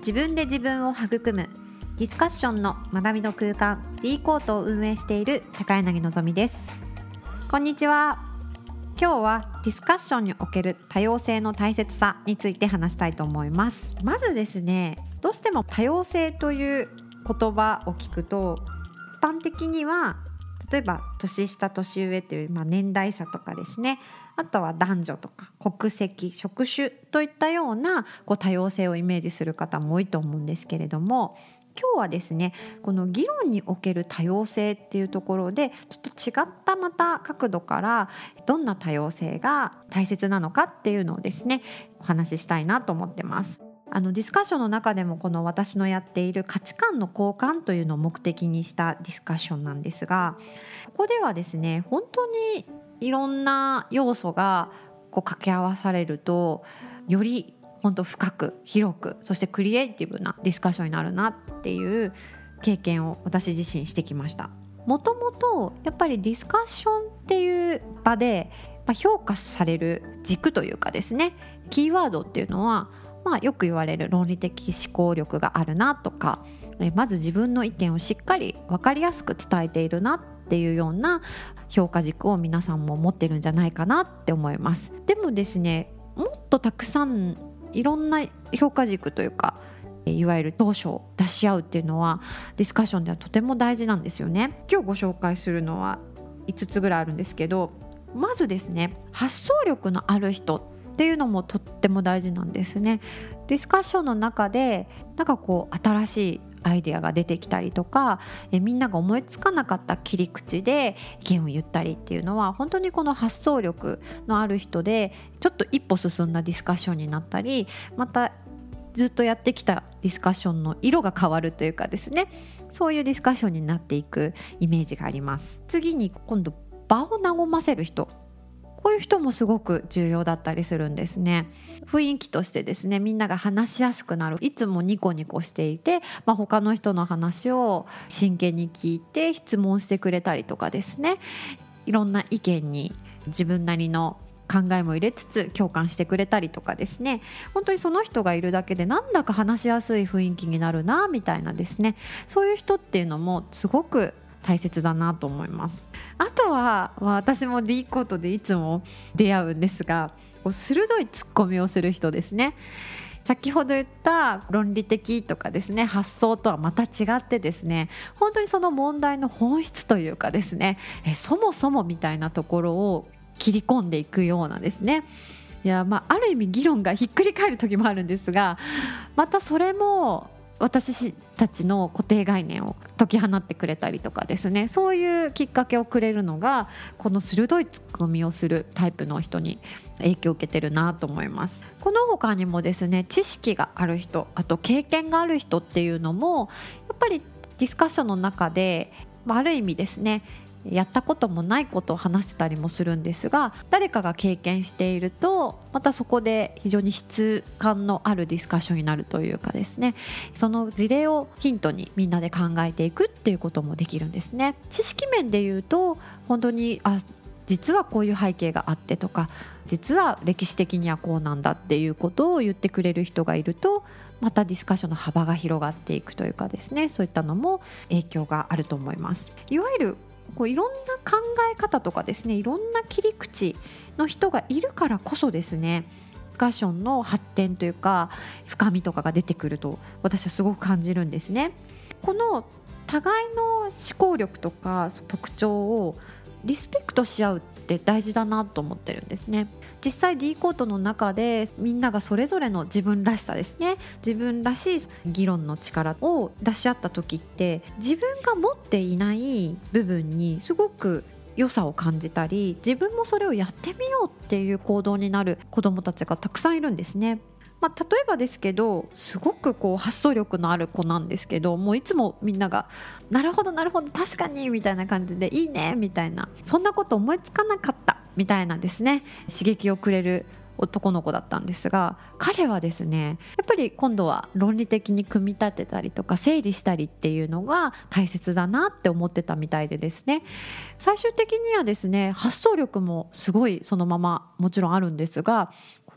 自分で自分を育むディスカッションの学びの空間 D コートを運営している高柳のぞみです。こんにちは。今日はディスカッションにおける多様性の大切さについて話したいと思います。まずですね、どうしても多様性という言葉を聞くと一般的には例えば年下年上という、年代差とかですね、あとは男女とか国籍職種といったような多様性をイメージする方も多いと思うんですけれども、今日はですねこの議論における多様性っていうところでちょっと違ったまた角度からどんな多様性が大切なのかっていうのをですねお話ししたいなと思ってます。ディスカッションの中でもこの私のやっている価値観の交換というのを目的にしたディスカッションなんですが、ここではですね本当にいろんな要素が掛け合わされるとより本当深く広くそしてクリエイティブなディスカッションになるなっていう経験を私自身してきました。もともとやっぱりディスカッションっていう場で評価される軸というかですね、キーワードっていうのはよく言われる論理的思考力があるなとか、まず自分の意見をしっかり分かりやすく伝えているなっていうような評価軸を皆さんも持ってるんじゃないかなって思います。でもですね、もっとたくさんいろんな評価軸というかいわゆる当初を出し合うっていうのはディスカッションではとても大事なんですよね。今日ご紹介するのは5つぐらいあるんですけど、まずですね発想力のある人っていうのもとっても大事なんですね。ディスカッションの中で新しいアイデアが出てきたりとか、みんなが思いつかなかった切り口で意見を言ったりっていうのは本当にこの発想力のある人でちょっと一歩進んだディスカッションになったり、またずっとやってきたディスカッションの色が変わるというかですね、そういうディスカッションになっていくイメージがあります。次に今度場を和ませる人、こういう人もすごく重要だったりするんですね。雰囲気としてですね、みんなが話しやすくなる、いつもニコニコしていて、他の人の話を真剣に聞いて質問してくれたりとかですね、いろんな意見に自分なりの考えも入れつつ共感してくれたりとかですね、本当にその人がいるだけでなんだか話しやすい雰囲気になるなみたいなですね、そういう人っていうのもすごく大切だなと思います。あとは、私も D コートでいつも出会うんですが、鋭いツッコミをする人ですね。先ほど言った論理的とかですね発想とはまた違ってですね、本当にその問題の本質というかですね、そもそもみたいなところを切り込んでいくようなですね、ある意味議論がひっくり返る時もあるんですが、またそれも私たちの固定概念を解き放ってくれたりとかですね、そういうきっかけをくれるのがこの鋭いツッコミをするタイプの人に影響を受けてるなと思います。この他にもですね、知識がある人、あと経験がある人っていうのもやっぱりディスカッションの中で、ある意味ですねやったこともないことを話してたりもするんですが、誰かが経験しているとまたそこで非常に質感のあるディスカッションになるというかですね、その事例をヒントにみんなで考えていくっていうこともできるんですね。知識面で言うと本当に実はこういう背景があってとか、実は歴史的にはこうなんだっていうことを言ってくれる人がいるとまたディスカッションの幅が広がっていくというかですね、そういったのも影響があると思います。いわゆるいろんな考え方とかですね、いろんな切り口の人がいるからこそですね、ディスカッションの発展というか深みとかが出てくると私はすごく感じるんですね。この互いの思考力とか特徴をリスペクトし合うって大事だなと思ってるんですね。実際 D コートの中でみんながそれぞれの自分らしさですね、自分らしい議論の力を出し合った時って自分が持っていない部分にすごく良さを感じたり、自分もそれをやってみようっていう行動になる子どもたちがたくさんいるんですね。例えばですけど、すごく発想力のある子なんですけど、もういつもみんながなるほどなるほど確かにみたいな感じでいいねみたいな、そんなこと思いつかなかったみたいなですね刺激をくれる男の子だったんですが、彼はですねやっぱり今度は論理的に組み立てたりとか整理したりっていうのが大切だなって思ってたみたいでですね、最終的にはですね発想力もすごいそのままもちろんあるんですが、こ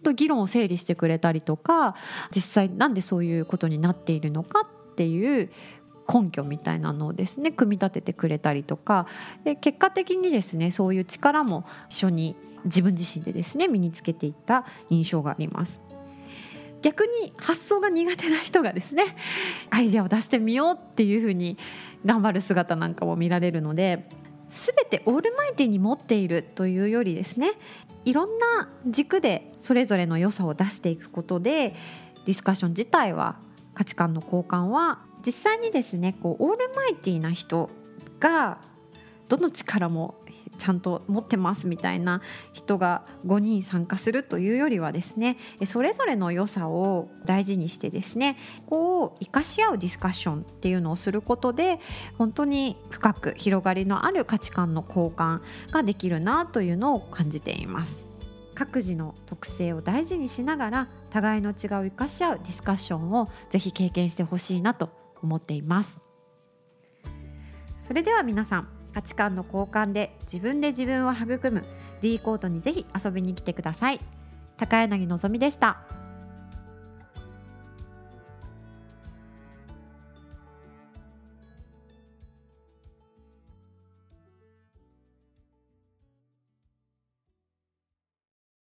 議論を整理してくれたりとか、実際なんでそういうことになっているのかっていう根拠みたいなのをですね組み立ててくれたりとか、で結果的にですねそういう力も一緒に自分自身でですね身につけていった印象があります。逆に発想が苦手な人がですねアイデアを出してみようっていうふうに頑張る姿なんかも見られるので、全てオールマイティに持っているというよりですね、いろんな軸でそれぞれの良さを出していくことで、ディスカッション自体は、価値観の交換は実際にですねオールマイティな人がどの力もちゃんと持ってますみたいな人が5人参加するというよりはですね、それぞれの良さを大事にしてですね生かし合うディスカッションっていうのをすることで、本当に深く広がりのある価値観の交換ができるなというのを感じています。各自の特性を大事にしながら互いの違いを生かし合うディスカッションをぜひ経験してほしいなと思っています。それでは皆さん、価値観の交換で自分を育む D コートにぜひ遊びに来てください。高柳のぞみでした。